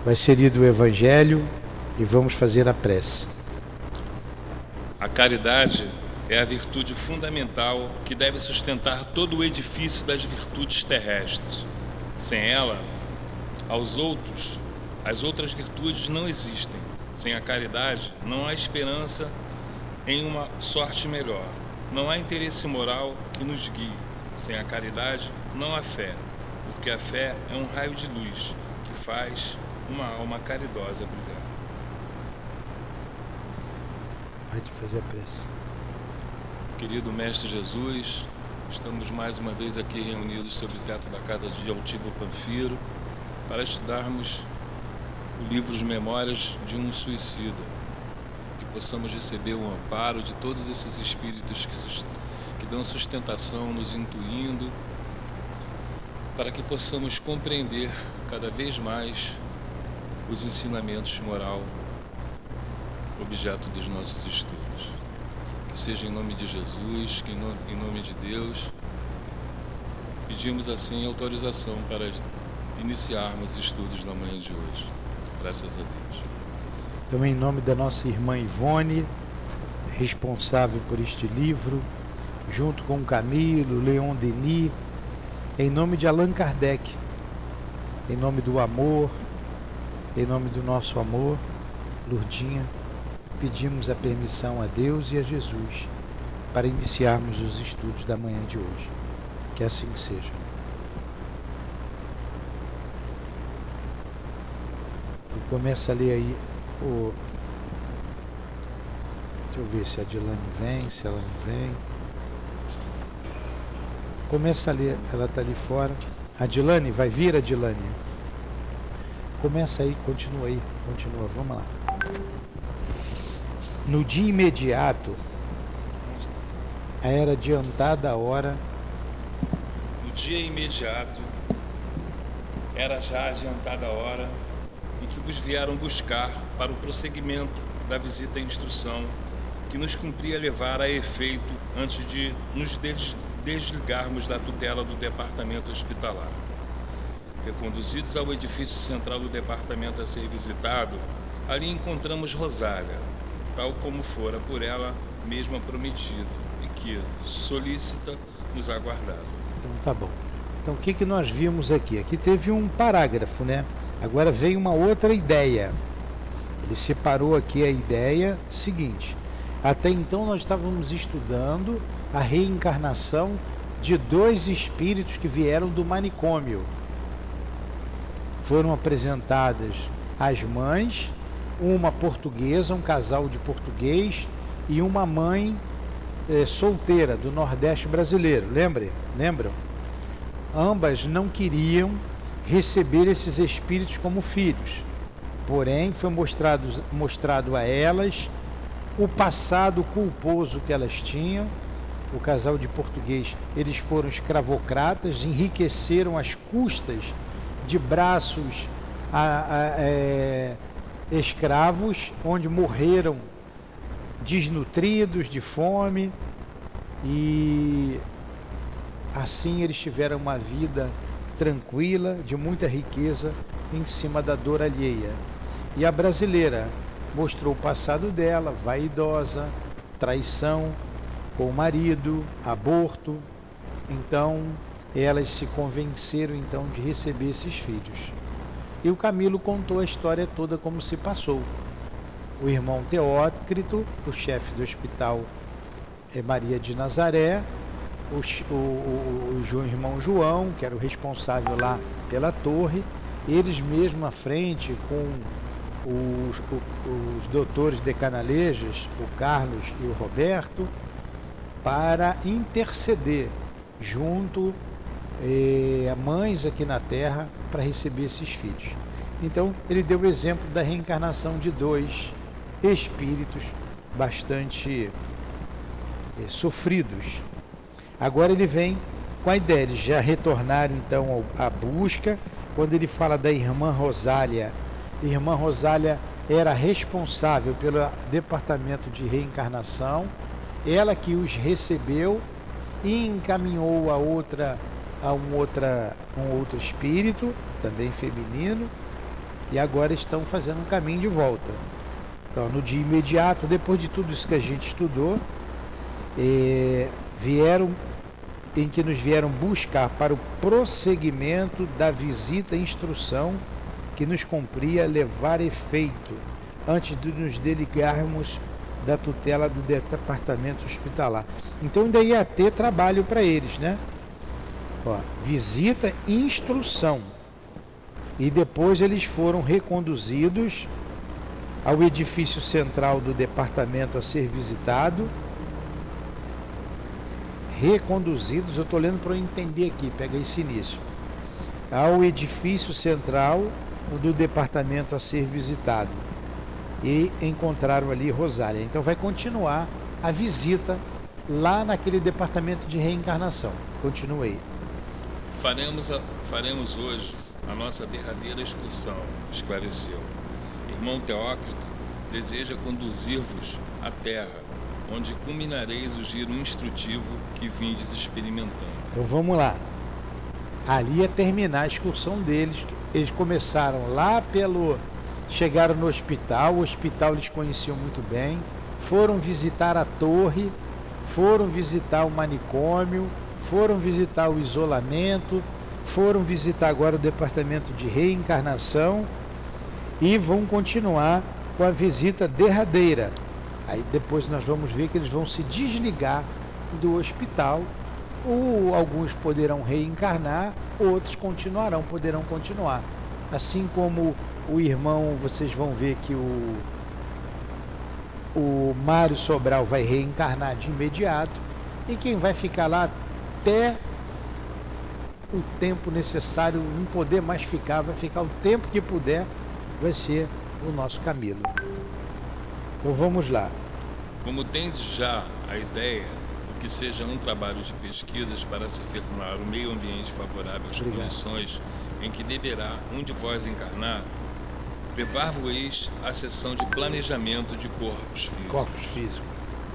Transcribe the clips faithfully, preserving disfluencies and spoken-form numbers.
Vai ser lido o Evangelho e vamos fazer a prece. A caridade é a virtude fundamental que deve sustentar todo o edifício das virtudes terrestres. Sem ela, aos outros, as outras virtudes não existem. Sem a caridade, não há esperança em uma sorte melhor. Não há interesse moral que nos guie. Sem a caridade, não há fé, porque a fé é um raio de luz que faz uma alma caridosa brilhar. Pode fazer a prece. Querido Mestre Jesus, estamos mais uma vez aqui reunidos sob o teto da casa de Altivo Panfiro para estudarmos o livro de Memórias de um Suicida, que possamos receber o amparo de todos esses espíritos que, sust... que dão sustentação, nos intuindo, para que possamos compreender cada vez mais os ensinamentos moral, objeto dos nossos estudos. Que seja em nome de Jesus, que em nome de Deus, pedimos assim autorização para iniciarmos os estudos na manhã de hoje. Graças a Deus. Também em nome da nossa irmã Ivone, responsável por este livro, junto com Camilo, Leon Denis, em nome de Allan Kardec, em nome do amor, em nome do nosso amor, Lourdinha, pedimos a permissão a Deus e a Jesus para iniciarmos os estudos da manhã de hoje. Que assim seja. Então começa a ler aí o... Deixa eu ver se a Dilane vem, se ela não vem. Começa a ler, ela está ali fora. A Dilane, vai vir a Dilane. Começa aí, continua aí, continua, vamos lá. No dia imediato, era adiantada a hora. No dia imediato, era já adiantada a hora em que vos vieram buscar para o prosseguimento da visita à instrução que nos cumpria levar a efeito antes de nos desligarmos da tutela do departamento hospitalar. Reconduzidos ao edifício central do departamento a ser visitado, ali encontramos Rosália, tal como fora por ela mesma prometido, e que, solícita, nos aguardava. Então tá bom. Então o que, que nós vimos aqui? Aqui teve um parágrafo, né? Agora veio uma outra ideia. Ele separou aqui a ideia seguinte. Até então nós estávamos estudando a reencarnação de dois espíritos que vieram do manicômio. Foram apresentadas as mães, uma portuguesa, um casal de português e uma mãe eh, solteira do Nordeste brasileiro. Lembra? Lembram? Ambas não queriam receber esses espíritos como filhos. Porém, foi mostrado, mostrado a elas o passado culposo que elas tinham. O casal de português, eles foram escravocratas, enriqueceram às custas de braços a, a, é, escravos, onde morreram desnutridos, de fome, e assim eles tiveram uma vida tranquila, de muita riqueza, em cima da dor alheia. E a brasileira mostrou o passado dela, vaidosa, traição com o marido, aborto. Então elas se convenceram então de receber esses filhos. E o Camilo contou a história toda como se passou. O irmão Teócrito, o chefe do hospital é Maria de Nazaré, o, o, o, o irmão João, que era o responsável lá pela torre, eles mesmo à frente com os, os doutores de Canalejas, o Carlos e o Roberto, para interceder junto eh, a mães aqui na Terra para receber esses filhos. Então ele deu o exemplo da reencarnação de dois espíritos bastante eh, sofridos. Agora ele vem com a ideia, eles já retornaram então à busca. Quando ele fala da irmã Rosália, a irmã Rosália era responsável pelo departamento de reencarnação, ela que os recebeu e encaminhou a outra a um, outra, um outro espírito, também feminino, e agora estão fazendo um caminho de volta. Então, no dia imediato, depois de tudo isso que a gente estudou, eh, vieram, em que nos vieram buscar para o prosseguimento da visita e instrução que nos cumpria levar efeito, antes de nos desligarmos da tutela do departamento hospitalar. Então ainda ia ter trabalho para eles, né? Ó, visita e instrução. E depois eles foram reconduzidos ao edifício central do departamento a ser visitado. Reconduzidos, eu estou lendo para eu entender aqui, pega esse início. Ao edifício central do departamento a ser visitado. E encontraram ali Rosália. Então vai continuar a visita lá naquele departamento de reencarnação. Continue aí. Faremos, a, faremos hoje a nossa derradeira excursão, esclareceu. Irmão Teócrito deseja conduzir-vos à terra, onde culminareis o giro instrutivo que vindes experimentando. Então vamos lá. Ali ia terminar a excursão deles. Eles começaram lá pelo... Chegaram no hospital, o hospital eles conheciam muito bem, foram visitar a torre, foram visitar o manicômio, foram visitar o isolamento, foram visitar agora o departamento de reencarnação e vão continuar com a visita derradeira. Aí depois nós vamos ver que eles vão se desligar do hospital, ou alguns poderão reencarnar, outros continuarão, poderão continuar. Assim como o irmão, vocês vão ver que o, o Mário Sobral vai reencarnar de imediato, e quem vai ficar lá até o tempo necessário, não poder mais ficar, vai ficar o tempo que puder, vai ser o nosso Camilo. Então vamos lá. Como tendes já a ideia do que seja um trabalho de pesquisas para se firmar o meio ambiente favorável às Obrigado. condições em que deverá um de vós encarnar, levar-vos-eis à sessão de planejamento de corpos físicos. Corpos físicos.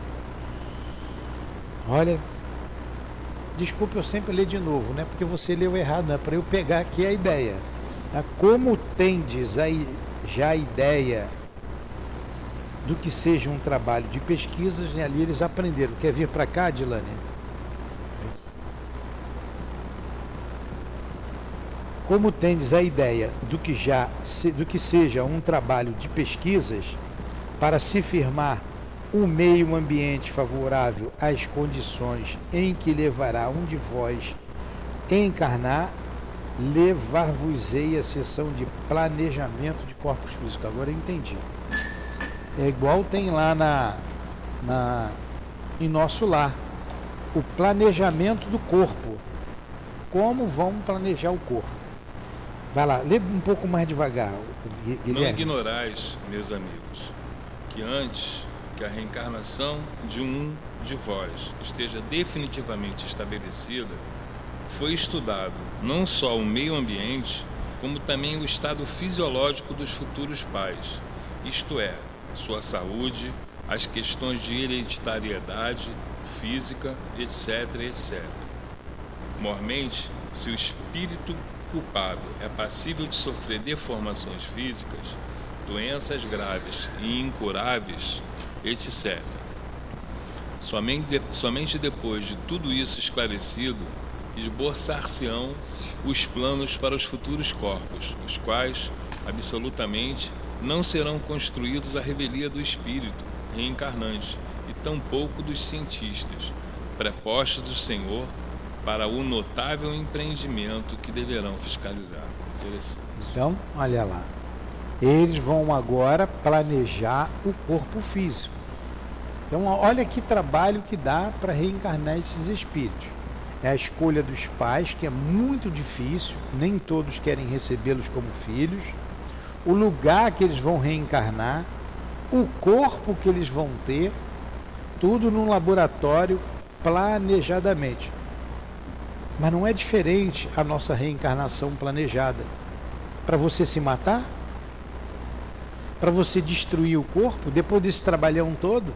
Olha, desculpe eu sempre ler de novo, né? Porque você leu errado, não é para eu pegar aqui a ideia. Tá? Como tendes aí já a ideia do que seja um trabalho de pesquisas, né? Ali eles aprenderam. Quer vir para cá, Dilane? Como tendes a ideia do que, já, do que seja um trabalho de pesquisas para se firmar um meio ambiente favorável às condições em que levará um de vós encarnar, levar-vos-ei a sessão de planejamento de corpos físicos. Agora eu entendi. É igual tem lá na, na, em nosso lar, o planejamento do corpo. Como vão planejar o corpo? Vai lá, lê um pouco mais devagar, Guilherme. Não ignorais, meus amigos, que antes que a reencarnação de um de vós esteja definitivamente estabelecida, foi estudado não só o meio ambiente, como também o estado fisiológico dos futuros pais, isto é, sua saúde, as questões de hereditariedade, física, etc, etcétera. Mormente, se o espírito culpável é passível de sofrer deformações físicas, doenças graves e incuráveis, etcétera. Somente, somente depois de tudo isso esclarecido, esboçar-se-ão os planos para os futuros corpos, os quais, absolutamente, não serão construídos à revelia do espírito reencarnante e tampouco dos cientistas, prepostos do Senhor para o notável empreendimento que deverão fiscalizar. Interessante. Então, olha lá. Eles vão agora planejar o corpo físico. Então, olha que trabalho que dá para reencarnar esses espíritos. É a escolha dos pais, que é muito difícil, nem todos querem recebê-los como filhos. O lugar que eles vão reencarnar, o corpo que eles vão ter, tudo num laboratório planejadamente. Mas não é diferente a nossa reencarnação planejada. Para você se matar? Para você destruir o corpo depois desse trabalhão todo?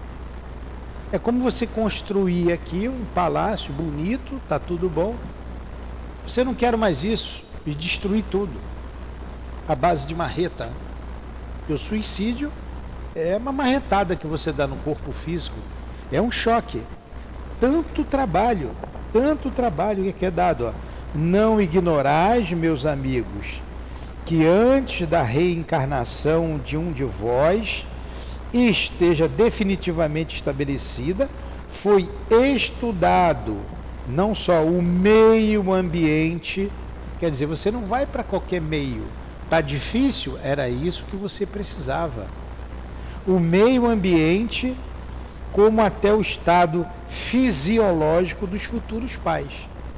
É como você construir aqui um palácio bonito, tá tudo bom. Você não quer mais isso e destruir tudo. à base de marreta. E o suicídio é uma marretada que você dá no corpo físico. É um choque. Tanto trabalho, tanto trabalho que é dado. Ó. Não ignorais, meus amigos, que antes da reencarnação de um de vós esteja definitivamente estabelecida, foi estudado não só o meio ambiente, quer dizer, você não vai para qualquer meio. Tá difícil? Era isso que você precisava. O meio ambiente, como até o estado fisiológico dos futuros pais.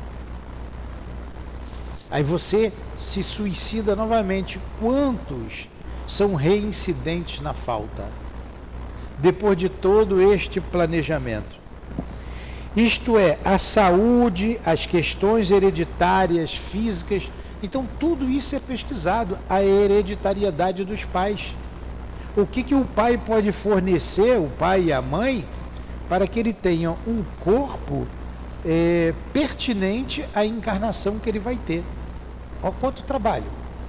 Aí você se suicida novamente. Quantos são reincidentes na falta? Depois de todo este planejamento. Isto é, a saúde, as questões hereditárias, físicas. Então, tudo isso é pesquisado. A hereditariedade dos pais. O que, que o pai pode fornecer, o pai e a mãe, para que ele tenha um corpo é, pertinente à encarnação que ele vai ter. Olha quanto trabalho.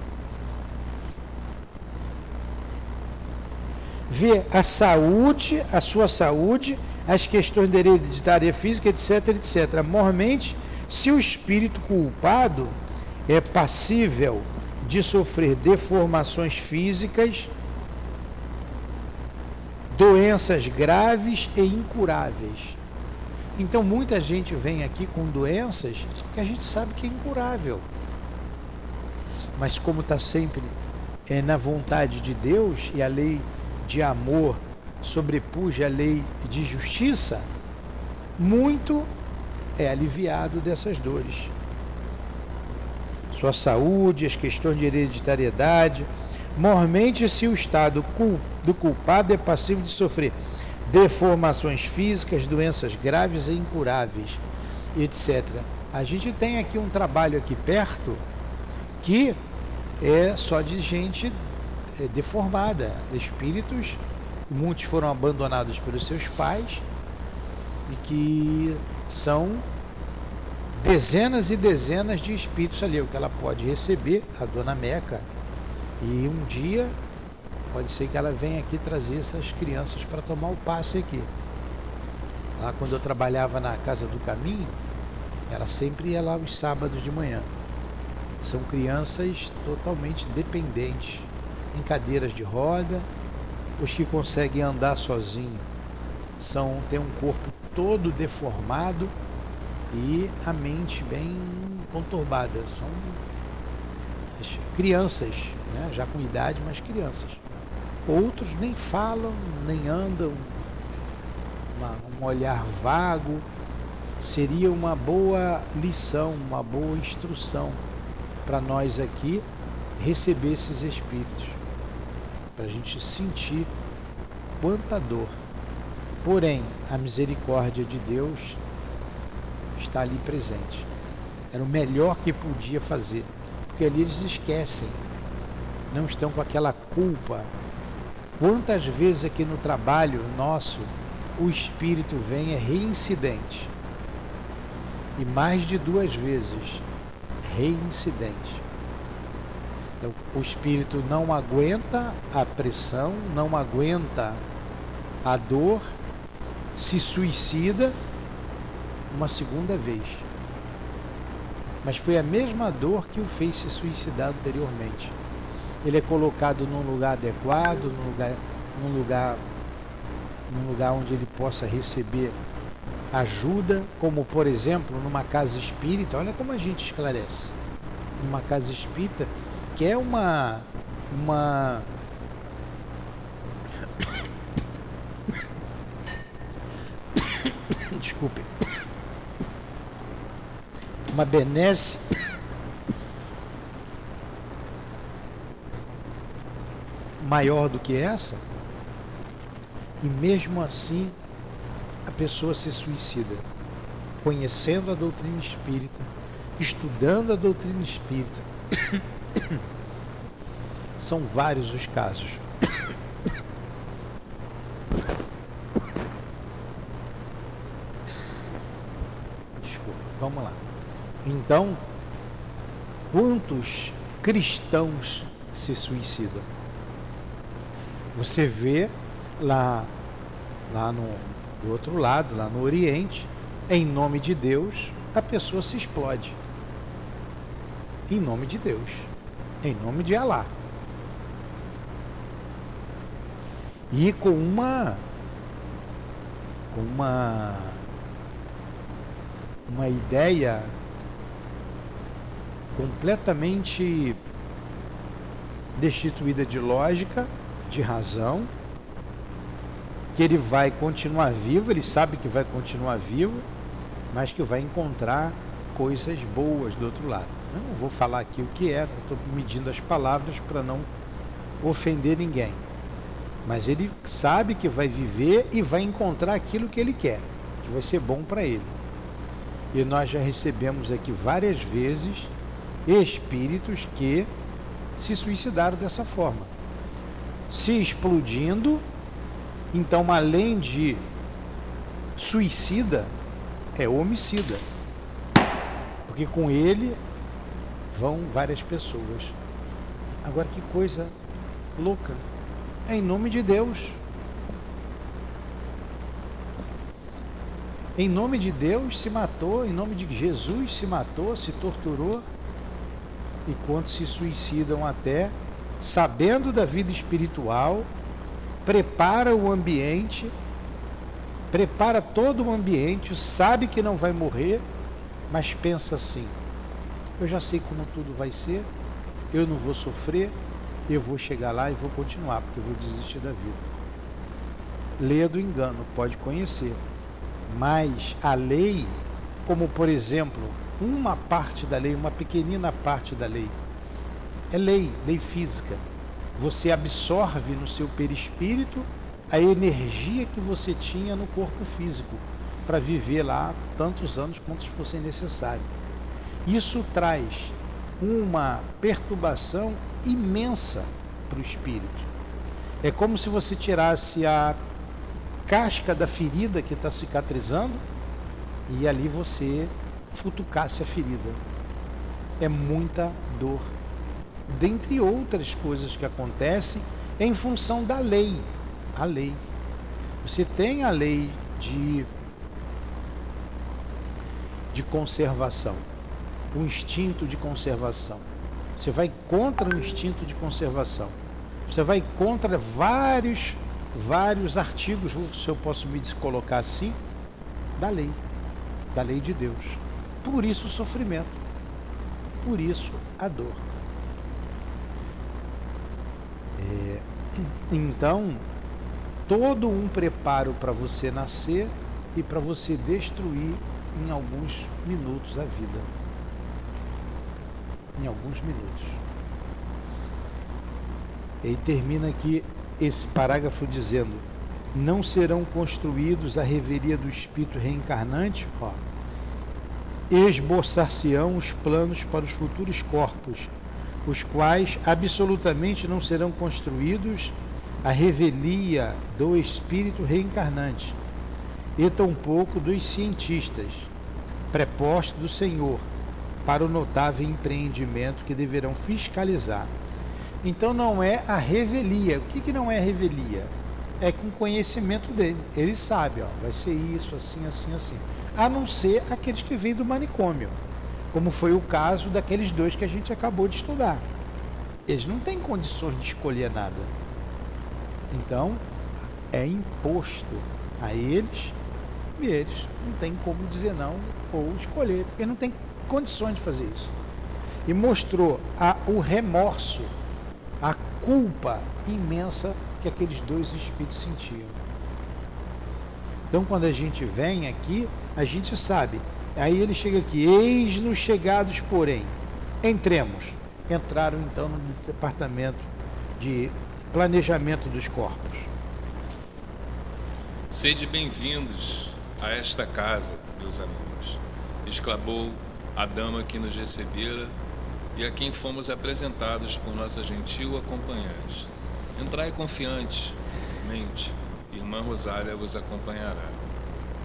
Ver a saúde, a sua saúde, as questões da hereditária física, etc, etcétera. Mormente, se o espírito culpado é passível de sofrer deformações físicas, doenças graves e incuráveis. Então, muita gente vem aqui com doenças que a gente sabe que é incurável. Mas como está sempre é, na vontade de Deus e a lei de amor sobrepuja a lei de justiça, muito é aliviado dessas dores. Sua saúde, as questões de hereditariedade, mormente se o estado do culpado é passivo de sofrer deformações físicas, doenças graves e incuráveis, etcétera. A gente tem aqui um trabalho aqui perto que é só de gente é, deformada, espíritos. Muitos foram abandonados pelos seus pais e que são dezenas e dezenas de espíritos ali, o que ela pode receber, a dona Meca, e um dia pode ser que ela venha aqui trazer essas crianças para tomar o passe aqui. Lá quando eu trabalhava na Casa do Caminho, ela sempre ia lá os sábados de manhã. São crianças totalmente dependentes, em cadeiras de roda. Os que conseguem andar sozinhos são, têm um corpo todo deformado e a mente bem conturbada. São crianças, né? Já com idade, mas crianças. Outros nem falam, nem andam, uma, um olhar vago. Seria uma boa lição, uma boa instrução para nós aqui receber esses espíritos, para a gente sentir quanta dor. Porém, a misericórdia de Deus está ali presente. Era o melhor que podia fazer, porque ali eles esquecem, não estão com aquela culpa. Quantas vezes aqui no trabalho nosso o espírito vem é reincidente, e mais de duas vezes reincidente. Então, o espírito não aguenta a pressão, não aguenta a dor, se suicida uma segunda vez. Mas foi a mesma dor que o fez se suicidar anteriormente. Ele é colocado num lugar adequado, num lugar, num lugar, num lugar onde ele possa receber ajuda, como por exemplo numa casa espírita. Olha como a gente esclarece. Numa casa espírita, que é uma uma desculpe, uma benesse maior do que essa, e mesmo assim a pessoa se suicida, conhecendo a doutrina espírita, estudando a doutrina espírita. São vários os casos. Desculpa, vamos lá. Então, quantos cristãos se suicidam. Você vê lá, lá no do outro lado, lá no Oriente, em nome de Deus, a pessoa se explode. Em nome de Deus, em nome de Alá. E com uma com uma uma ideia completamente destituída de lógica, de razão, que ele vai continuar vivo, ele sabe que vai continuar vivo, mas que vai encontrar coisas boas do outro lado. Eu não vou falar aqui o que é, estou medindo as palavras para não ofender ninguém. Mas ele sabe que vai viver e vai encontrar aquilo que ele quer, que vai ser bom para ele. E nós já recebemos aqui várias vezes espíritos que se suicidaram dessa forma, se explodindo. Então, além de suicida, é homicida, porque com ele vão várias pessoas. Agora, que coisa louca! É em nome de Deus. Em nome de Deus se matou, em nome de Jesus se matou, se torturou. E quantos se suicidam até, sabendo da vida espiritual, prepara o ambiente, prepara todo o ambiente, sabe que não vai morrer, mas pensa assim: eu já sei como tudo vai ser, eu não vou sofrer, eu vou chegar lá e vou continuar, porque eu vou desistir da vida. Lê do engano, pode conhecer, mas a lei, como por exemplo, uma parte da lei, uma pequenina parte da lei, é lei, lei física. Você absorve no seu perispírito a energia que você tinha no corpo físico para viver lá tantos anos quantos fossem necessários. Isso traz uma perturbação imensa para o espírito. É como se você tirasse a casca da ferida que está cicatrizando e ali você futucasse a ferida. É muita dor, dentre outras coisas que acontecem em função da lei. A lei. Você tem a lei de, de conservação, o instinto de conservação. Você vai contra o instinto de conservação. Você vai contra vários, vários artigos, se eu posso me colocar assim, da lei, da lei de Deus. Por isso o sofrimento, por isso a dor. É, então, todo um preparo para você nascer e para você destruir em alguns minutos a vida. Em alguns minutos. E termina aqui esse parágrafo dizendo: não serão construídos a revelia do espírito reencarnante, ó, esboçar-se-ão os planos para os futuros corpos, os quais absolutamente não serão construídos a revelia do espírito reencarnante, e tampouco dos cientistas, prepostos do Senhor, para o notável empreendimento que deverão fiscalizar. Então não é a revelia. O que, que não é a revelia? É com conhecimento dele. Ele sabe, ó, vai ser isso, assim, assim, assim. A não ser aqueles que vêm do manicômio, como foi o caso daqueles dois que a gente acabou de estudar. Eles não têm condições de escolher nada. Então, é imposto a eles, e eles não têm como dizer não ou escolher, porque não tem condições de fazer isso. E mostrou a, o remorso, a culpa imensa que aqueles dois espíritos sentiam. Então, quando a gente vem aqui, a gente sabe. Aí ele chega aqui: eis-nos chegados, porém, entremos. Entraram então no departamento de planejamento dos corpos. Sede bem-vindos a esta casa, meus amigos, exclamou a dama que nos recebera e a quem fomos apresentados por nossa gentil acompanhante. Entrai confiante, mente, irmã Rosália vos acompanhará.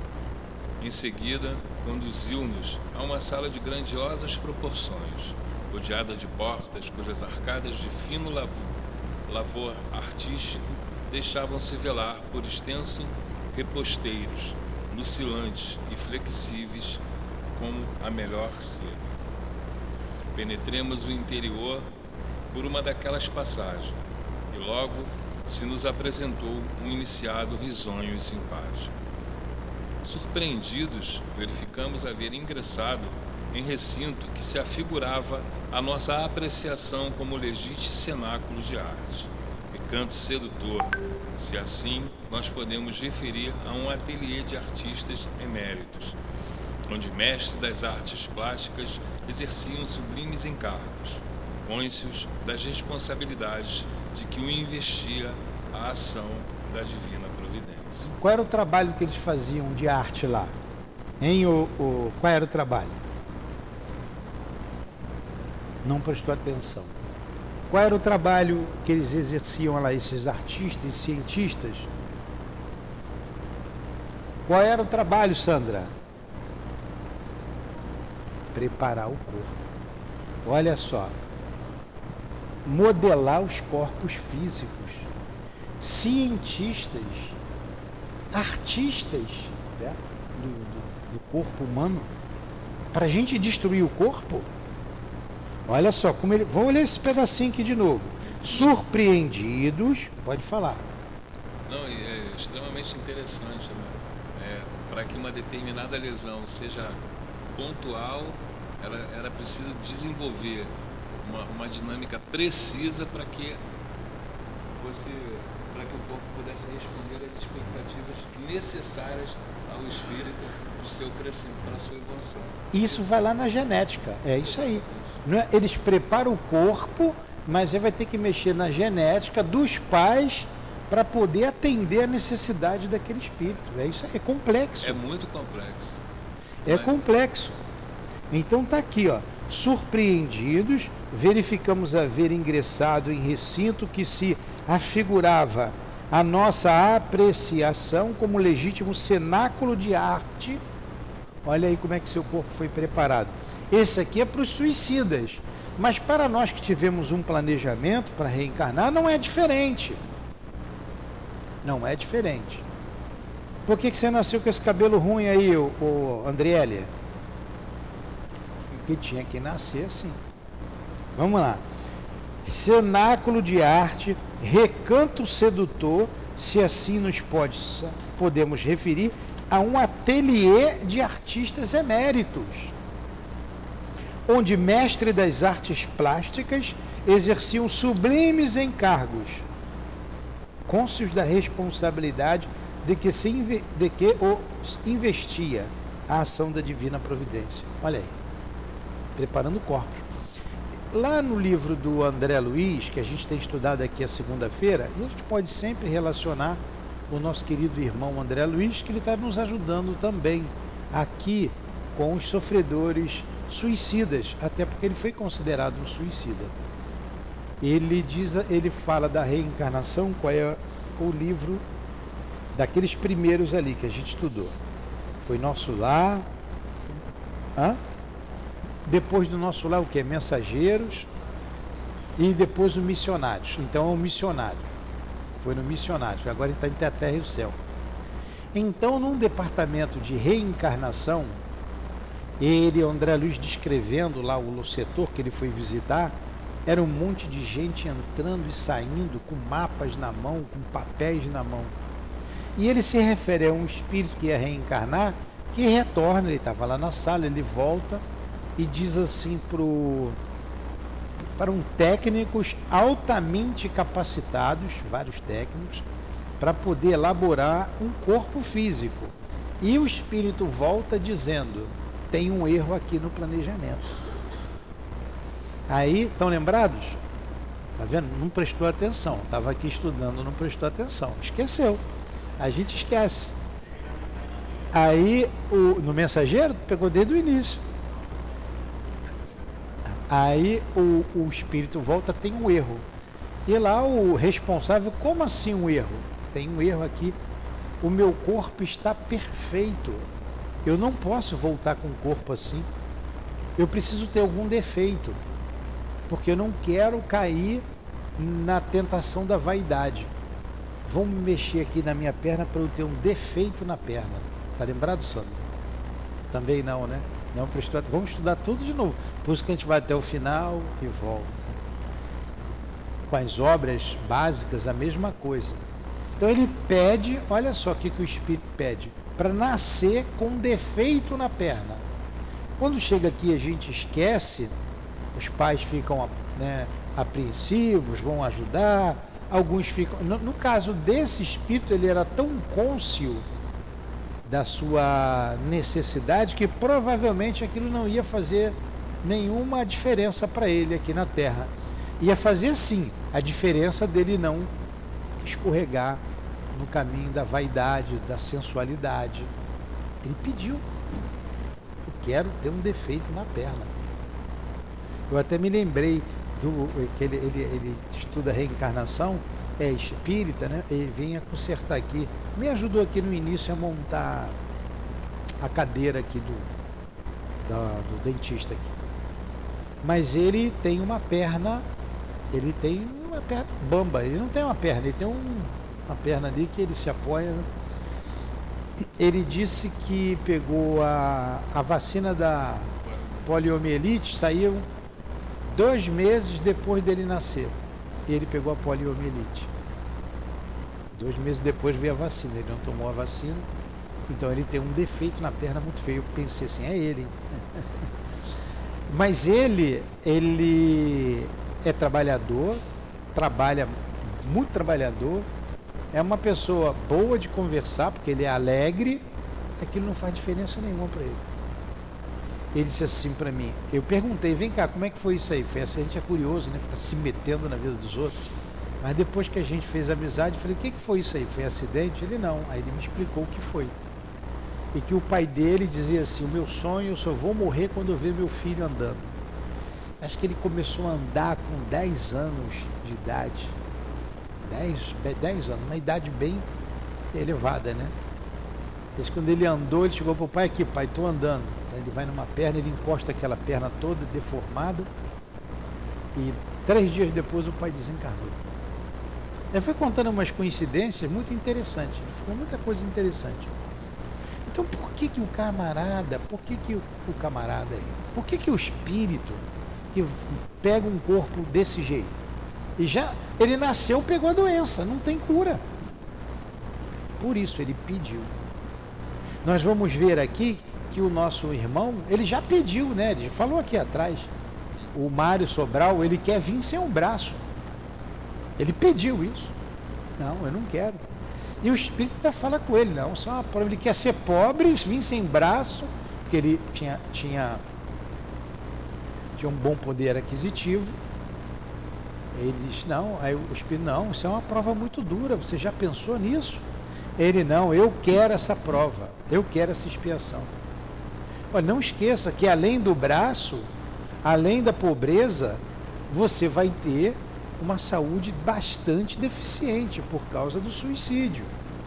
Em seguida, conduziu-nos a uma sala de grandiosas proporções, rodeada de portas cujas arcadas de fino lavor artístico deixavam-se velar por extensos reposteiros, lucilantes e flexíveis como a melhor seda. Penetremos o interior por uma daquelas passagens e logo se nos apresentou um iniciado risonho e simpático. Surpreendidos, verificamos haver ingressado em recinto que se afigurava a nossa apreciação como legítimo cenáculo de arte, recanto sedutor, se assim nós podemos referir a um ateliê de artistas eméritos, onde mestres das artes plásticas exerciam sublimes encargos, cônscios das responsabilidades de que o investia a ação da divina providência. Qual era o trabalho que eles faziam de arte lá? Hein, o, o, qual era o trabalho? Não prestou atenção. Qual era o trabalho que eles exerciam lá, esses artistas e cientistas? Qual era o trabalho, Sandra? Preparar o corpo. Olha só. Modelar os corpos físicos. Cientistas, artistas, né, do, do, do corpo humano, para a gente destruir o corpo. Olha só, como ele. Vamos ler esse pedacinho aqui de novo. Surpreendidos, pode falar. Não, é extremamente interessante, né? É, para que uma determinada lesão seja pontual, era, era preciso desenvolver uma, uma dinâmica precisa para que fosse, para que o corpo pudesse responder às expectativas necessárias ao espírito para o seu crescimento, para a sua evolução. Isso vai lá na genética, é isso aí. Não é? Eles preparam o corpo, mas ele vai ter que mexer na genética dos pais para poder atender a necessidade daquele espírito. É isso aí, é complexo. É muito complexo. É mas... complexo. Então tá aqui, ó. Surpreendidos, verificamos haver ingressado em recinto que se afigurava a nossa apreciação como legítimo cenáculo de arte. Olha aí como é que seu corpo foi preparado. Esse aqui é para os suicidas, mas para nós que tivemos um planejamento para reencarnar, não é diferente. Não é diferente. Por que, que você nasceu com esse cabelo ruim aí, ô, ô Andriele? Porque tinha que nascer assim. Vamos lá. Cenáculo de arte, recanto sedutor, se assim nos pode, podemos referir a um ateliê de artistas eméritos, onde mestres das artes plásticas exerciam sublimes encargos, cônscios da responsabilidade de que, se inve, de que os investia a ação da divina providência. Olha aí, preparando o corpo. Lá no livro do André Luiz, que a gente tem estudado aqui a segunda-feira, a gente pode sempre relacionar o nosso querido irmão André Luiz, que ele está nos ajudando também aqui com os sofredores suicidas, até porque ele foi considerado um suicida. Ele diz, ele fala da reencarnação, qual é o livro daqueles primeiros ali que a gente estudou. Foi Nosso Lar. Hã? Depois do Nosso Lar, o que? Mensageiros. E depois o Missionários. Então é o Missionário. Foi no Missionários. Agora ele está entre a terra e o céu. Então, num departamento de reencarnação, ele, o André Luiz, descrevendo lá o setor que ele foi visitar, era um monte de gente entrando e saindo com mapas na mão, com papéis na mão. E ele se refere a um espírito que ia reencarnar, que retorna, ele estava lá na sala, ele volta e diz assim pro, para um técnicos altamente capacitados, vários técnicos, para poder elaborar um corpo físico. E o espírito volta dizendo: tem um erro aqui no planejamento. Aí, estão lembrados? Tá vendo? Não prestou atenção. Estava aqui estudando, não prestou atenção. Esqueceu. A gente esquece. Aí, o, no mensageiro, pegou desde o início. Aí, o, o espírito volta, tem um erro. E lá o responsável, como assim um erro? Tem um erro aqui. O meu corpo está perfeito. Eu não posso voltar com o corpo assim. Eu preciso ter algum defeito. porque eu não quero cair na tentação da vaidade. Vão me mexer aqui na minha perna para eu ter um defeito na perna. Tá lembrado, Sandro? Também não, né? Não prestou. Vamos estudar tudo de novo. Por isso que a gente vai até o final e volta. Com as obras básicas, a mesma coisa. Então ele pede, olha só o que, que o Espírito pede, para nascer com defeito na perna. Quando chega aqui a gente esquece, os pais ficam, né, apreensivos, vão ajudar, alguns ficam... No, no caso desse espírito, ele era tão cônscio da sua necessidade que provavelmente aquilo não ia fazer nenhuma diferença para ele aqui na Terra. Ia fazer sim a diferença dele não escorregar no caminho da vaidade, da sensualidade. Ele pediu: eu quero ter um defeito na perna. Eu até me lembrei do que ele, ele, ele estuda reencarnação, é espírita, né? Ele vinha consertar aqui, me ajudou aqui no início a montar a cadeira aqui do, da, do dentista aqui. Mas ele tem uma perna, ele tem uma perna bamba, ele não tem uma perna, ele tem um, uma perna ali que ele se apoia. Ele disse que pegou a, a vacina da poliomielite, saiu dois meses depois dele nascer. Ele pegou a poliomielite. Dois meses depois veio a vacina. Ele não tomou a vacina, então ele tem um defeito na perna muito feio. Eu pensei assim, é ele, hein? Mas ele, ele é trabalhador, trabalha, muito trabalhador, é uma pessoa boa de conversar, porque ele é alegre, aquilo não faz diferença nenhuma para ele. Ele disse assim para mim, eu perguntei, vem cá, como é que foi isso aí? Foi assim, a gente é curioso, né? Fica se metendo na vida dos outros. Mas depois que a gente fez amizade, eu falei, o que, que foi isso aí? Foi acidente? Ele não. Aí ele me explicou o que foi. E que o pai dele dizia assim, o meu sonho, eu só vou morrer quando eu ver meu filho andando. Acho que ele começou a andar com dez anos de idade. dez anos, uma idade bem elevada, né? Mas quando ele andou, ele chegou para o pai, aqui, pai, estou andando. Ele vai numa perna, ele encosta aquela perna toda deformada e três dias depois o pai desencarnou. Ele foi contando umas coincidências muito interessantes, ele falou muita coisa interessante. Então por que que o camarada, por que que o, o camarada aí, por que que o espírito que pega um corpo desse jeito, e já, ele nasceu, pegou a doença, não tem cura. Por isso ele pediu. Nós vamos ver aqui que o nosso irmão, ele já pediu, né? Ele falou aqui atrás, o Mário Sobral, ele quer vir sem um braço. Ele pediu isso. Não, eu não quero. E o espírito ainda fala com ele, não, só uma prova, ele quer ser pobre, vir sem braço, porque ele tinha, tinha, tinha um bom poder aquisitivo. Ele disse, não, aí o espírito, não, isso é uma prova muito dura, você já pensou nisso? Ele, não, eu quero essa prova, eu quero essa expiação. Olha, não esqueça que além do braço, além da pobreza, você vai ter uma saúde bastante deficiente por causa do suicídio.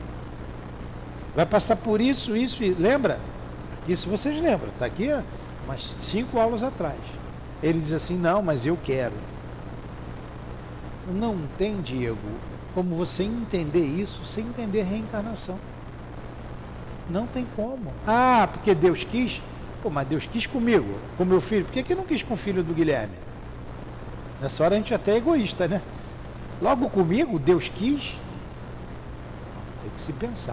Vai passar por isso, isso, e lembra? Isso vocês lembram, está aqui ó, umas cinco aulas atrás. Ele diz assim, não, mas eu quero. Não tem, Diego, como você entender isso sem entender reencarnação. Não tem como. Ah, porque Deus quis? Pô, mas Deus quis comigo, com meu filho. Por que que não quis com o filho do Guilherme? Nessa hora a gente até é egoísta, né? Logo comigo, Deus quis? Não, tem que se pensar.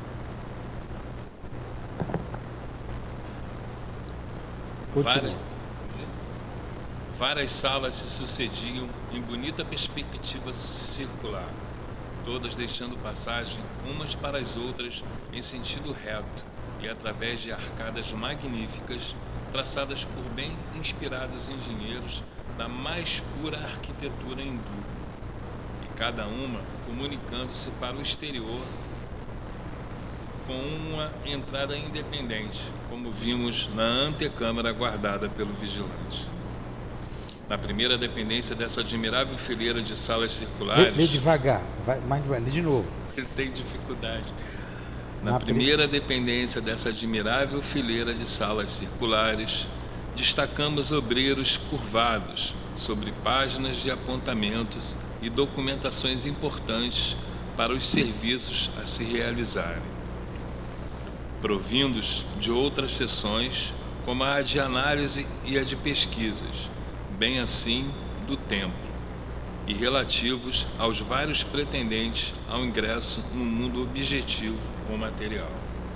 Várias, várias salas se sucediam em bonita perspectiva circular, todas deixando passagem umas para as outras em sentido reto e através de arcadas magníficas traçadas por bem inspirados engenheiros da mais pura arquitetura hindu, e cada uma comunicando-se para o exterior com uma entrada independente, como vimos na antecâmara guardada pelo vigilante. Na primeira dependência dessa admirável fileira de salas circulares... Lê, lê devagar, vai, mais devagar, lê de novo. Tem dificuldade. Na primeira dependência dessa admirável fileira de salas circulares, destacamos obreiros curvados, sobre páginas de apontamentos e documentações importantes para os serviços a se realizarem, provindos de outras seções, como a de análise e a de pesquisas, bem assim do templo, e relativos aos vários pretendentes ao ingresso no mundo objetivo ou material.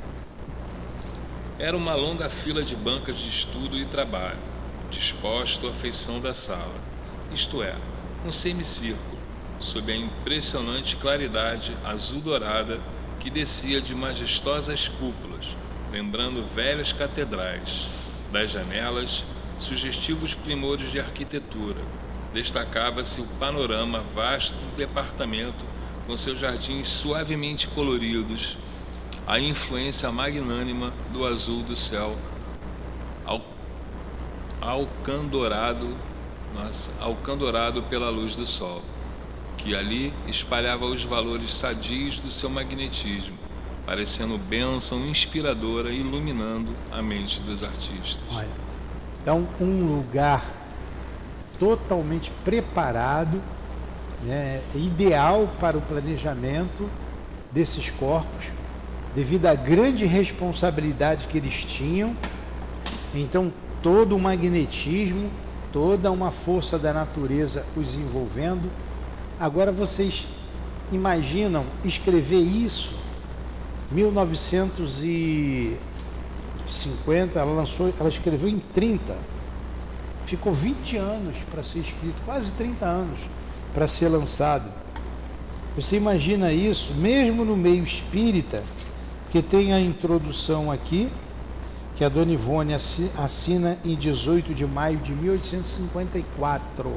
Era uma longa fila de bancas de estudo e trabalho, disposto à feição da sala, isto é, um semicírculo, sob a impressionante claridade azul-dourada que descia de majestosas cúpulas, lembrando velhas catedrais. Das janelas, sugestivos primores de arquitetura, destacava-se o panorama vasto do departamento com seus jardins suavemente coloridos, a influência magnânima do azul do céu al alcandorado, nossa, alcandorado pela luz do sol, que ali espalhava os valores sadios do seu magnetismo, parecendo bênção inspiradora iluminando a mente dos artistas. Olha, então um lugar totalmente preparado, né, ideal para o planejamento desses corpos, devido à grande responsabilidade que eles tinham. Então todo o magnetismo, toda uma força da natureza os envolvendo. Agora vocês imaginam escrever isso mil novecentos e cinquenta, ela lançou, ela escreveu em trinta, ficou vinte anos para ser escrito, quase trinta anos para ser lançado. Você imagina isso, mesmo no meio espírita, que tem a introdução aqui, que a Dona Ivone assina em dezoito de maio de mil oitocentos e cinquenta e quatro.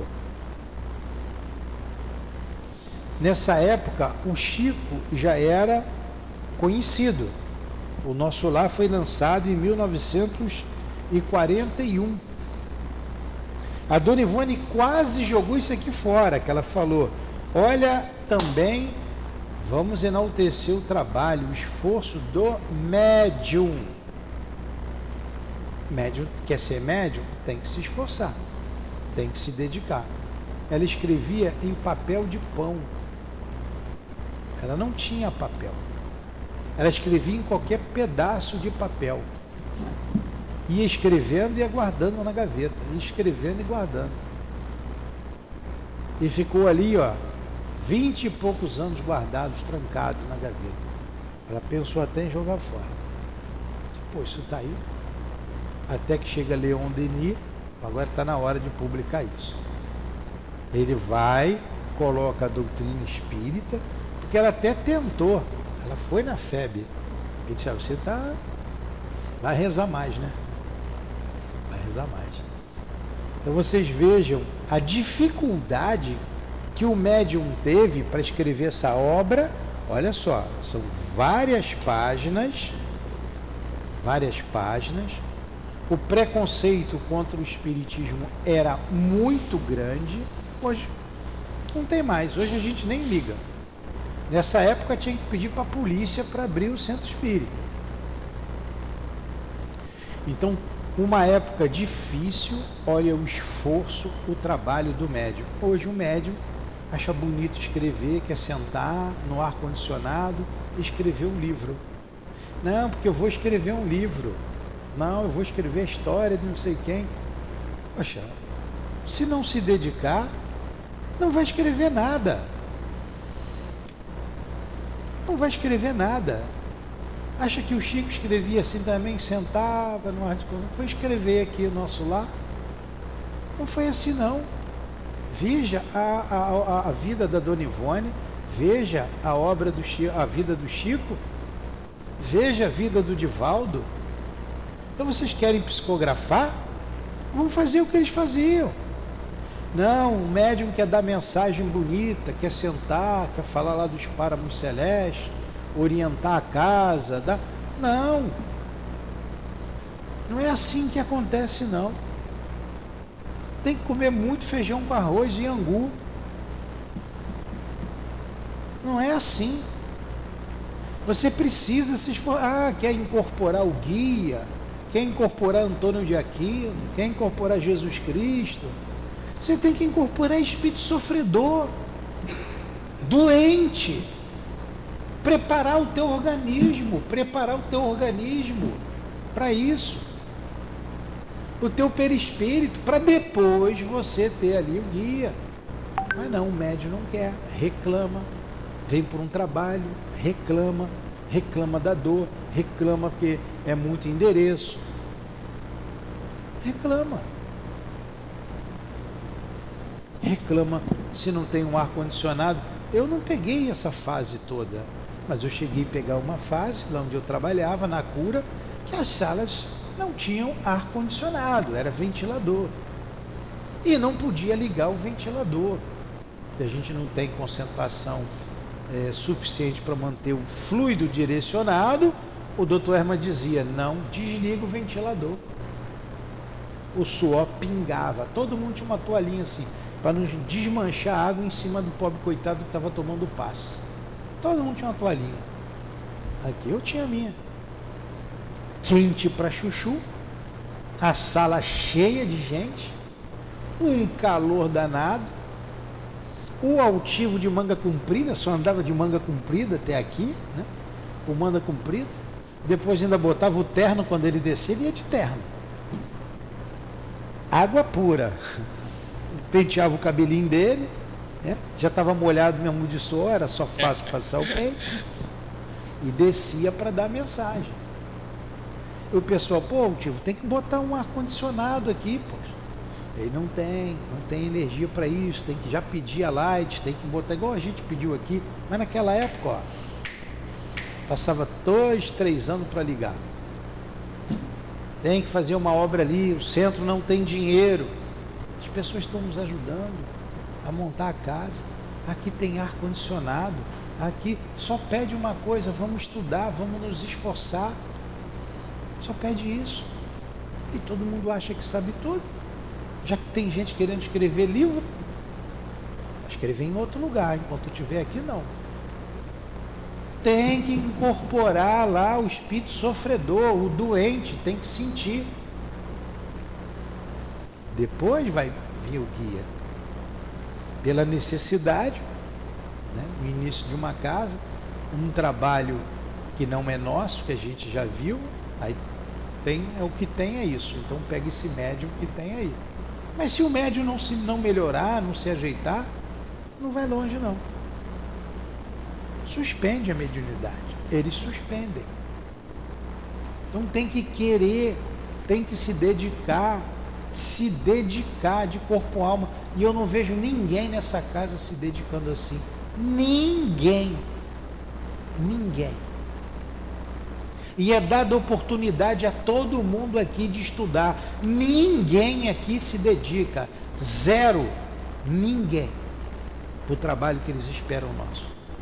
Nessa época, o Chico já era conhecido. O Nosso Lar foi lançado em mil novecentos e quarenta e um. A Dona Ivone quase jogou isso aqui fora, que ela falou: olha, também vamos enaltecer o trabalho, o esforço do médium. Médium quer ser médium? Tem que se esforçar, tem que se dedicar. Ela escrevia em papel de pão. Ela não tinha papel. Ela escrevia em qualquer pedaço de papel. Ia escrevendo e ia guardando na gaveta. Ia escrevendo e guardando. E ficou ali, ó, vinte e poucos anos guardados, trancados na gaveta. Ela pensou até em jogar fora. Pô, isso está aí. Até que chega Leon Denis, agora está na hora de publicar isso. Ele vai, coloca a doutrina espírita, porque ela até tentou, ela foi na F E B. Ele disse: ah, você tá, vai rezar mais, né? Vai rezar mais. Então vocês vejam a dificuldade que o médium teve para escrever essa obra. Olha só, são várias páginas, várias páginas. O preconceito contra o espiritismo era muito grande. Hoje não tem mais, hoje a gente nem liga. Nessa época tinha que pedir para a polícia para abrir o centro espírita. Então, uma época difícil, olha o esforço, o trabalho do médium. Hoje o médium acha bonito escrever, quer sentar no ar-condicionado e escrever um livro. Não, porque eu vou escrever um livro. Não, eu vou escrever a história de não sei quem. Poxa, se não se dedicar, não vai escrever nada. Não vai escrever nada. Acha que o Chico escrevia assim também, sentava no ar de conversa, foi escrever aqui o Nosso Lar? Não foi assim não. Veja a, a, a vida da Dona Ivone, veja a obra do Chico, a vida do Chico, veja a vida do Divaldo. Então vocês querem psicografar? Vamos fazer o que eles faziam. Não, o médium quer dar mensagem bonita, quer sentar, quer falar lá dos páramos celestes, orientar a casa. Dar... Não. Não é assim que acontece, não. Tem que comer muito feijão com arroz e angu. Não é assim. Você precisa se esforçar. Ah, quer incorporar o guia, quer incorporar Antônio de Aquino, quer incorporar Jesus Cristo. Você tem que incorporar espírito sofredor, doente, preparar o teu organismo, preparar o teu organismo para isso, o teu perispírito, para depois você ter ali o guia. Mas não, o médium não quer, reclama, vem por um trabalho, reclama, reclama da dor, reclama porque é muito endereço, reclama. Reclama se não tem um ar-condicionado. Eu não peguei essa fase toda, mas eu cheguei a pegar uma fase lá onde eu trabalhava, na cura, que as salas não tinham ar-condicionado, era ventilador. E não podia ligar o ventilador, porque a gente não tem concentração é, suficiente para manter o fluido direcionado. O doutor Herman dizia, não desliga o ventilador. O suor pingava, todo mundo tinha uma toalhinha assim, para não desmanchar a água em cima do pobre coitado que estava tomando passe. Todo mundo tinha uma toalhinha. Aqui eu tinha a minha. Quente para chuchu, a sala cheia de gente, um calor danado, o altivo de manga comprida, só andava de manga comprida até aqui, né? Com manga comprida. Depois ainda botava o terno, quando ele descia, ele ia de terno. Água pura. Penteava o cabelinho dele, né? Já estava molhado mesmo de suor, era só fácil passar o pente, e descia para dar mensagem. E o pessoal, pô, tio, tem que botar um ar-condicionado aqui, pô. Ele não tem, não tem energia para isso, tem que já pedir a light, tem que botar igual a gente pediu aqui, mas naquela época, ó, passava dois, três anos para ligar. Tem que fazer uma obra ali, o centro não tem dinheiro. As pessoas estão nos ajudando a montar a casa. Aqui tem ar-condicionado. Aqui só pede uma coisa, vamos estudar, vamos nos esforçar. Só pede isso. E todo mundo acha que sabe tudo. Já que tem gente querendo escrever livro, escrever em outro lugar, enquanto eu estiver aqui, não. Tem que incorporar lá o espírito sofredor, o doente, tem que sentir. Depois vai vir o guia. Pela necessidade, né? No início de uma casa, um trabalho que não é nosso, que a gente já viu, aí tem, é o que tem é isso. Então pega esse médium que tem aí. Mas se o médium não, se, não melhorar, não se ajeitar, não vai longe não. Suspende a mediunidade. Eles suspendem. Então tem que querer, tem que se dedicar, se dedicar de corpo e alma. E eu não vejo ninguém nessa casa se dedicando assim. Ninguém. Ninguém. E é dada oportunidade a todo mundo aqui de estudar. Ninguém aqui se dedica. Zero. Ninguém. O trabalho que eles esperam nosso.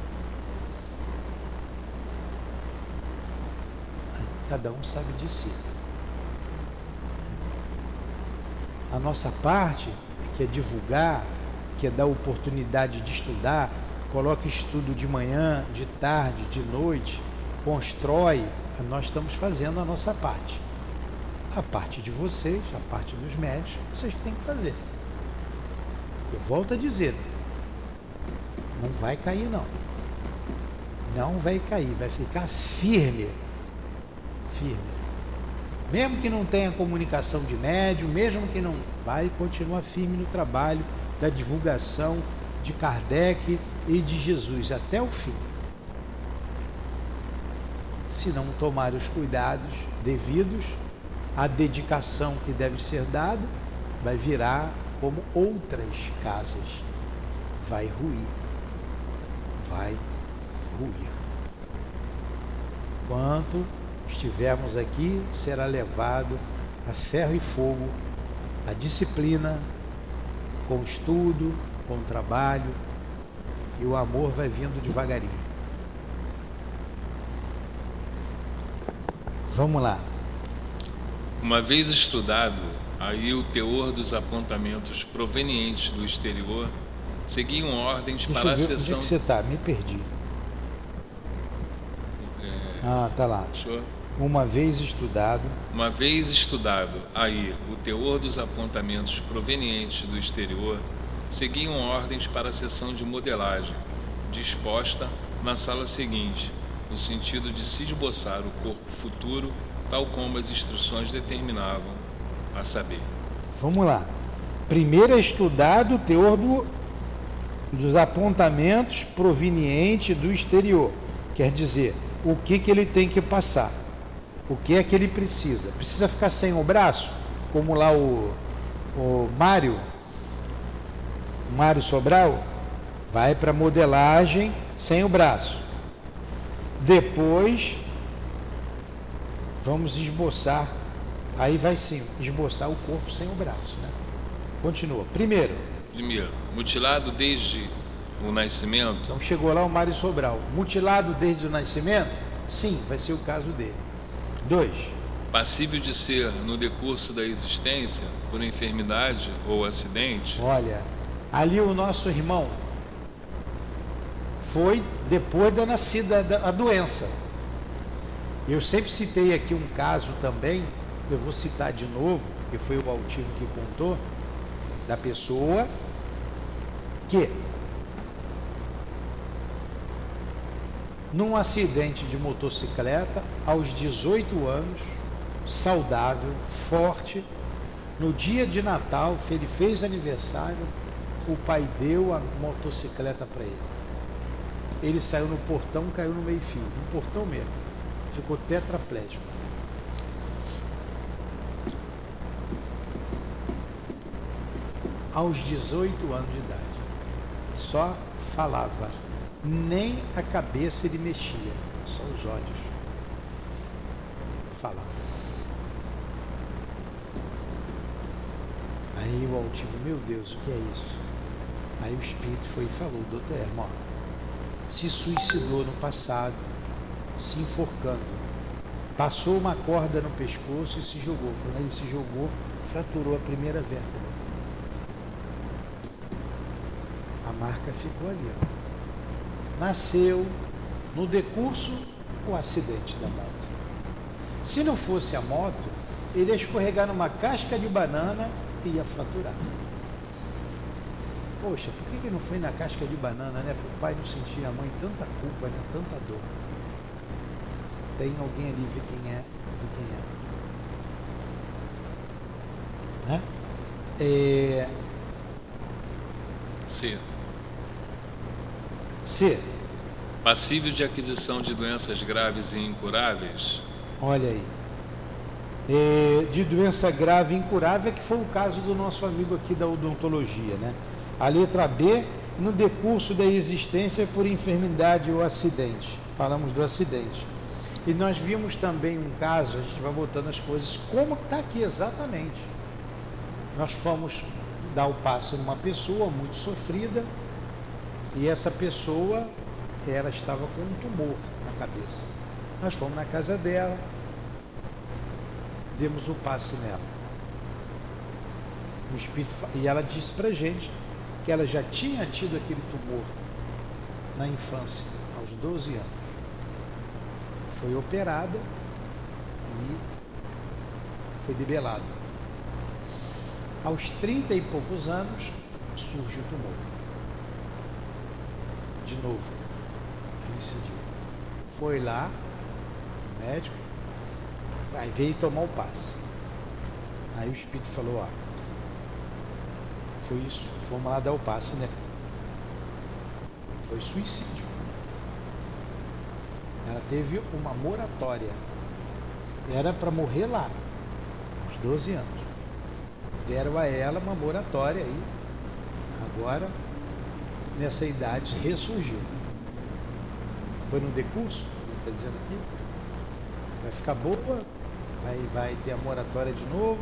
Cada um sabe de si. A nossa parte, que é divulgar, que é dar oportunidade de estudar, coloca estudo de manhã, de tarde, de noite, constrói, nós estamos fazendo a nossa parte. A parte de vocês, a parte dos médios, vocês que têm que fazer. Eu volto a dizer, não vai cair não. Não vai cair, vai ficar firme. Firme. Mesmo que não tenha comunicação de médium, mesmo que não, vai continuar firme no trabalho da divulgação de Kardec e de Jesus até o fim. Se não tomar os cuidados devidos, a dedicação que deve ser dada vai virar como outras casas, vai ruir, vai ruir. Quanto estivermos aqui, será levado a ferro e fogo, a disciplina, com estudo, com trabalho, e o amor vai vindo devagarinho. Vamos lá. Uma vez estudado, aí o teor dos apontamentos provenientes do exterior seguiam ordens Deixa para eu ver, a sessão... Onde é que você está? Me perdi. Ah, tá lá. Senhor? Uma vez estudado, Uma vez estudado aí o teor dos apontamentos provenientes do exterior, seguiam ordens para a sessão de modelagem, disposta na sala seguinte, no sentido de se esboçar o corpo futuro, tal como as instruções determinavam, a saber. vamos lá. Primeiro é estudado o teor do, dos apontamentos provenientes do exterior. Quer dizer, o que, que ele tem que passar. O que é que ele precisa? Precisa ficar sem o braço? Como lá o, o Mário, o Mário Sobral, vai para modelagem sem o braço. Depois, vamos esboçar, aí vai sim, esboçar o corpo sem o braço, né? Continua. Primeiro. Primeiro, mutilado desde o nascimento. Então chegou lá o Mário Sobral. Mutilado desde o nascimento? Sim, vai ser o caso dele. Dois. Passível de ser, no decurso da existência, por enfermidade ou acidente. Olha, ali o nosso irmão foi depois da nascida da a doença. Eu sempre citei aqui um caso também, eu vou citar de novo, que foi o Altivo que contou, da pessoa que, num acidente de motocicleta, aos dezoito anos, saudável, forte, no dia de Natal, ele fez aniversário, o pai deu a motocicleta para ele. Ele saiu no portão, caiu no meio-fio, no portão mesmo, ficou tetraplégico. Aos dezoito anos de idade, só falava, nem a cabeça ele mexia, só os olhos falavam. Aí o Altivo, meu Deus, o que é isso? Aí o espírito foi e falou, doutor Hermo, se suicidou no passado, se enforcando, passou uma corda no pescoço e se jogou. Quando ele se jogou, fraturou a primeira vértebra. A marca ficou ali, ó. Nasceu no decurso o acidente da moto. Se não fosse a moto, ele ia escorregar numa casca de banana e ia fraturar. Poxa, por que que não foi na casca de banana, né? Para o pai não sentir a mãe tanta culpa, né? Tanta dor. Tem alguém ali, vê quem é, vê quem é. Né? É... C. C. Passível de aquisição de doenças graves e incuráveis. Olha aí. É, de doença grave e incurável, que foi o caso do nosso amigo aqui da odontologia, né? A letra B, no decurso da existência por enfermidade ou acidente. Falamos do acidente. E nós vimos também um caso, a gente vai botando as coisas como está aqui exatamente. Nós fomos dar o passe numa pessoa muito sofrida e essa pessoa, ela estava com um tumor na cabeça. Nós fomos na casa dela, demos o passe nela. O espírito, e ela disse pra gente que ela já tinha tido aquele tumor na infância, aos doze anos. Foi operada e foi debelado. Aos trinta e poucos anos, surge o tumor. De novo, reincidiu. Foi lá, o médico, vai veio tomar o passe. Aí o espírito falou, ó, foi isso, fomos lá dar o passe, né? Foi suicídio. Ela teve uma moratória. Era para morrer lá, aos doze anos. Deram a ela uma moratória aí. Agora, nessa idade, ressurgiu. Foi no decurso, está dizendo aqui. Vai ficar boa, vai, vai ter a moratória de novo.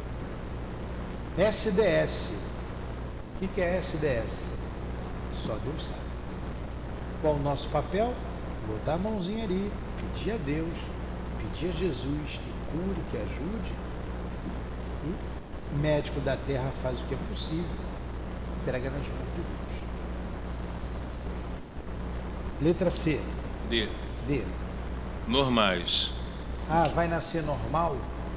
S D S. O que, que é S D S? Só Deus sabe. Qual o nosso papel? Botar a mãozinha ali, pedir a Deus, pedir a Jesus que cure, que ajude. E o médico da terra faz o que é possível, entrega nas mãos de Deus. Letra C. D. D. Normais. Ah, vai nascer normal?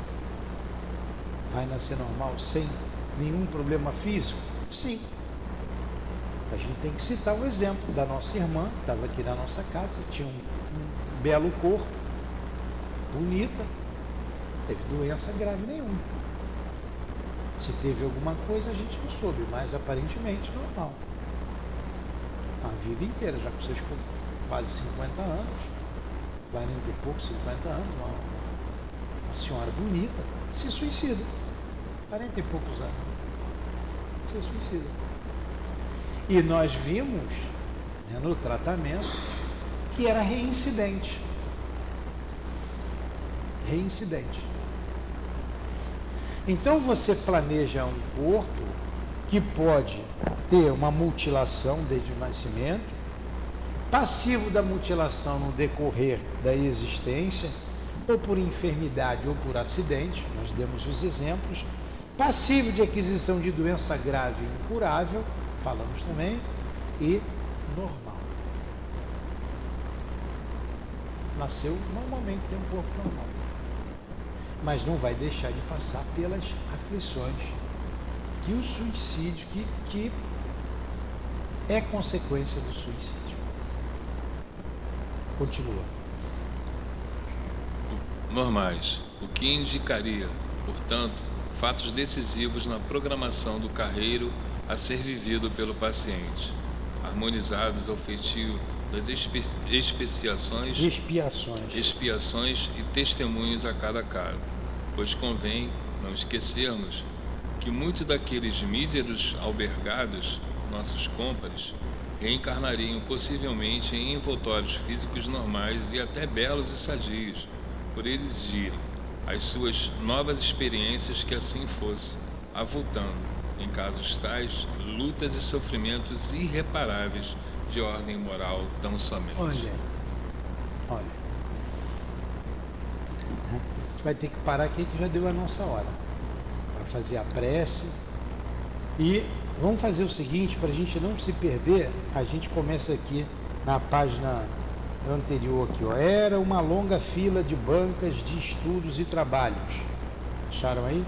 Vai nascer normal sem nenhum problema físico? Sim. A gente tem que citar o exemplo da nossa irmã, que estava aqui na nossa casa, tinha um, um belo corpo, bonita, teve doença grave nenhuma. Se teve alguma coisa a gente não soube, mas aparentemente normal. A vida inteira, já com seus quase cinquenta anos, quarenta e pouco, cinquenta anos, uma, uma senhora bonita, se suicida. quarenta e poucos anos. Se suicida. E nós vimos, né, no tratamento, que era reincidente. Reincidente. Então você planeja um corpo que pode ter uma mutilação desde o nascimento, passivo da mutilação no decorrer da existência, ou por enfermidade ou por acidente, nós demos os exemplos, passivo de aquisição de doença grave e incurável, falamos também, e normal. Nasceu normalmente, tem um corpo normal, mas não vai deixar de passar pelas aflições que o suicídio, que, que é consequência do suicídio. Continua. Normais, o que indicaria, portanto, fatos decisivos na programação do carreiro a ser vivido pelo paciente, harmonizados ao feitio das espe especiações, expiações. expiações e testemunhos a cada caso, pois convém não esquecermos que muitos daqueles míseros albergados, nossos cômpares, reencarnariam possivelmente em envoltórios físicos normais e até belos e sadios, por exigirem as suas novas experiências que assim fosse, avultando, em casos tais, lutas e sofrimentos irreparáveis de ordem moral tão somente. Olha, olha, a gente vai ter que parar aqui que já deu a nossa hora, para fazer a prece. E vamos fazer o seguinte, para a gente não se perder, a gente começa aqui na página anterior aqui, ó. Era uma longa fila de bancas de estudos e trabalhos. Acharam aí?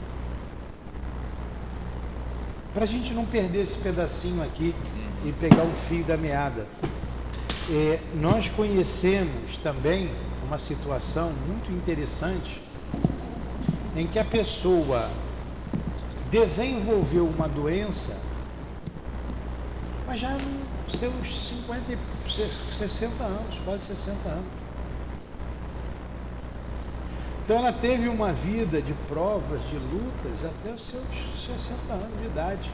Para a gente não perder esse pedacinho aqui e pegar o fio da meada. É, nós conhecemos também uma situação muito interessante em que a pessoa desenvolveu uma doença, mas já nos seus cinquenta, sessenta anos, quase sessenta anos. Então ela teve uma vida de provas, de lutas até os seus sessenta anos de idade.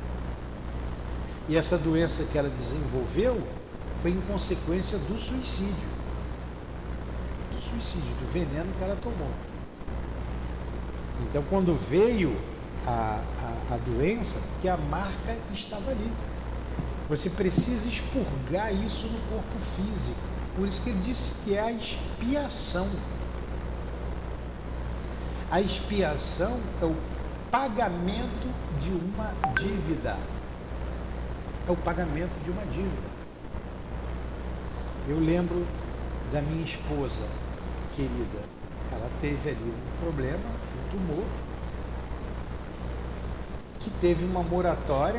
E essa doença que ela desenvolveu foi em consequência do suicídio. Do suicídio, do veneno que ela tomou. Então quando veio a, a, a doença, que a marca estava ali. Você precisa expurgar isso no corpo físico. Por isso que ele disse que é a expiação. A expiação é o pagamento de uma dívida. É o pagamento de uma dívida. Eu lembro da minha esposa querida. Ela teve ali um problema, um tumor, que teve uma moratória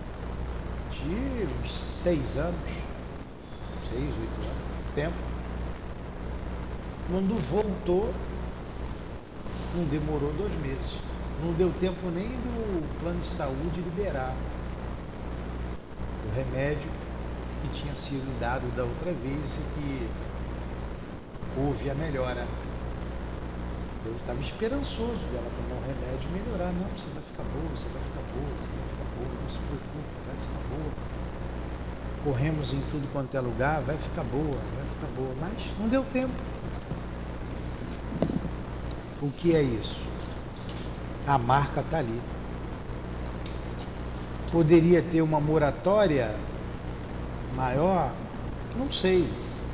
de uns seis anos, seis, oito anos, tempo. Quando voltou, não demorou dois meses. Não deu tempo nem do plano de saúde liberar o remédio que tinha sido dado da outra vez e que houve a melhora. Eu estava esperançoso dela tomar o remédio e melhorar. Não, você vai ficar boa, você vai ficar boa, você vai ficar boa, não se preocupe, vai ficar boa. Corremos em tudo quanto é lugar, vai ficar boa, vai ficar boa. Mas não deu tempo. O que é isso? A marca está ali. Poderia ter uma moratória maior? Não sei.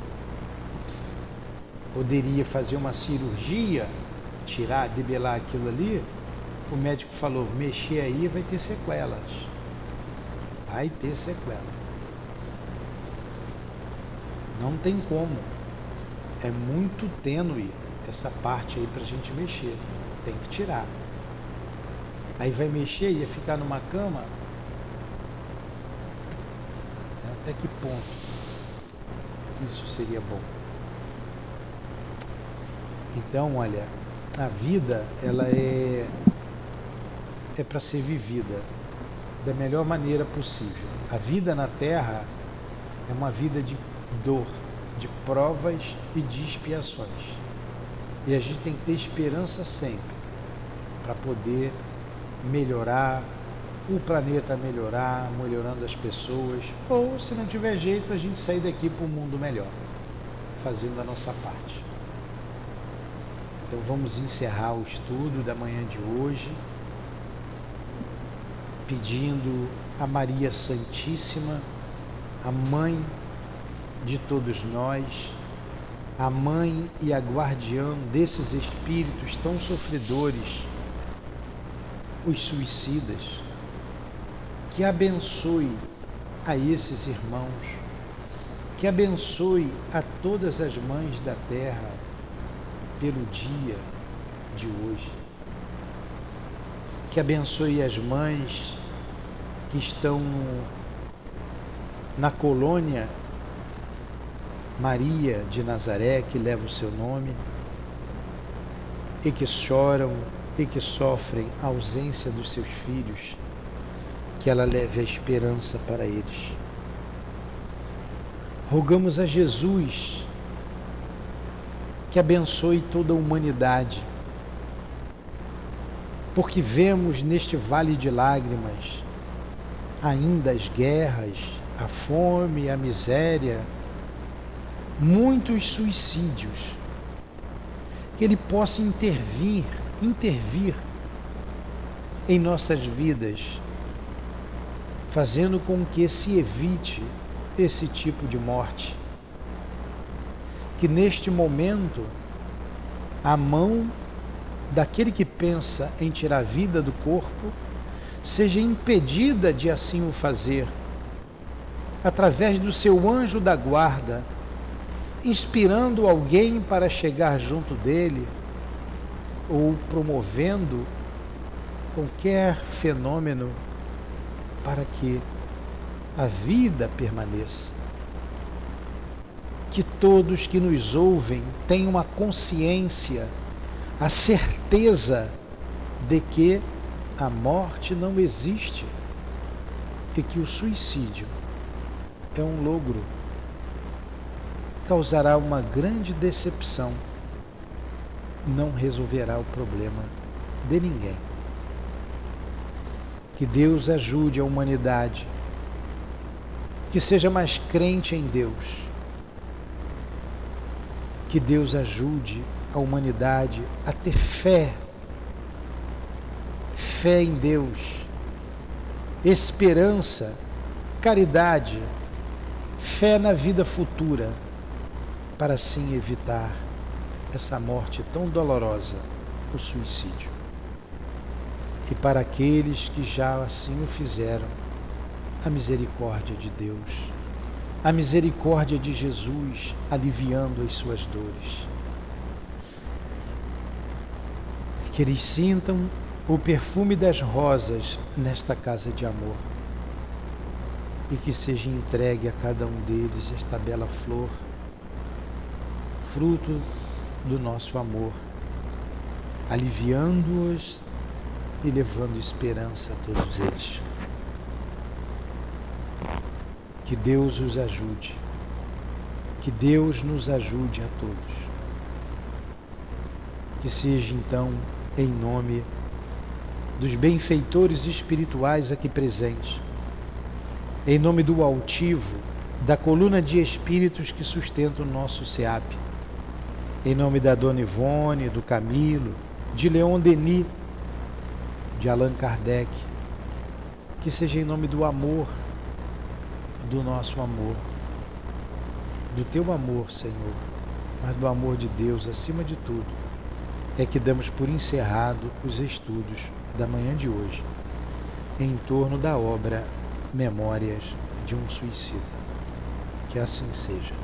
Poderia fazer uma cirurgia, tirar, debelar aquilo ali? O médico falou, mexer aí vai ter sequelas. Vai ter sequela. Não tem como. É muito tênue. essa parte aí para a gente mexer, tem que tirar. Aí vai mexer e ia ficar numa cama. Até que ponto isso seria bom? Então, olha, a vida, ela é é para ser vivida da melhor maneira possível. A vida na Terra é uma vida de dor, de provas e de expiações. E a gente tem que ter esperança sempre para poder melhorar, o planeta melhorar, melhorando as pessoas, ou se não tiver jeito, a gente sair daqui para um mundo melhor, fazendo a nossa parte. Então vamos encerrar o estudo da manhã de hoje, pedindo a Maria Santíssima, a mãe de todos nós, a mãe e a guardiã desses espíritos tão sofredores, os suicidas, que abençoe a esses irmãos, que abençoe a todas as mães da terra pelo dia de hoje, que abençoe as mães que estão na colônia Maria de Nazaré, que leva o seu nome, e que choram e que sofrem a ausência dos seus filhos, que ela leve a esperança para eles. Rogamos a Jesus que abençoe toda a humanidade, porque vemos neste vale de lágrimas ainda as guerras, a fome, a miséria, muitos suicídios. Que Ele possa intervir, intervir em nossas vidas, fazendo com que se evite esse tipo de morte. Que neste momento a mão daquele que pensa em tirar a vida do corpo seja impedida de assim o fazer, através do seu anjo da guarda, inspirando alguém para chegar junto dele, ou promovendo qualquer fenômeno para que a vida permaneça. Que todos que nos ouvem tenham a consciência, a certeza de que a morte não existe e que o suicídio é um logro, causará uma grande decepção, não resolverá o problema de ninguém. Que Deus ajude a humanidade, que seja mais crente em Deus, que Deus ajude a humanidade a ter fé, fé em Deus, esperança, caridade, fé na vida futura, para assim evitar essa morte tão dolorosa, o suicídio. E para aqueles que já assim o fizeram, a misericórdia de Deus, a misericórdia de Jesus aliviando as suas dores. Que eles sintam o perfume das rosas nesta casa de amor e que seja entregue a cada um deles esta bela flor, fruto do nosso amor, aliviando-os e levando esperança a todos eles. Que Deus os ajude, que Deus nos ajude a todos. Que seja então em nome dos benfeitores espirituais aqui presentes, em nome do altivo, da coluna de espíritos que sustenta o nosso SEAP, em nome da Dona Ivone, do Camilo, de Leon Denis, de Allan Kardec, que seja em nome do amor, do nosso amor, do teu amor, Senhor, mas do amor de Deus acima de tudo, é que damos por encerrado os estudos da manhã de hoje, em torno da obra Memórias de um Suicida. Que assim seja.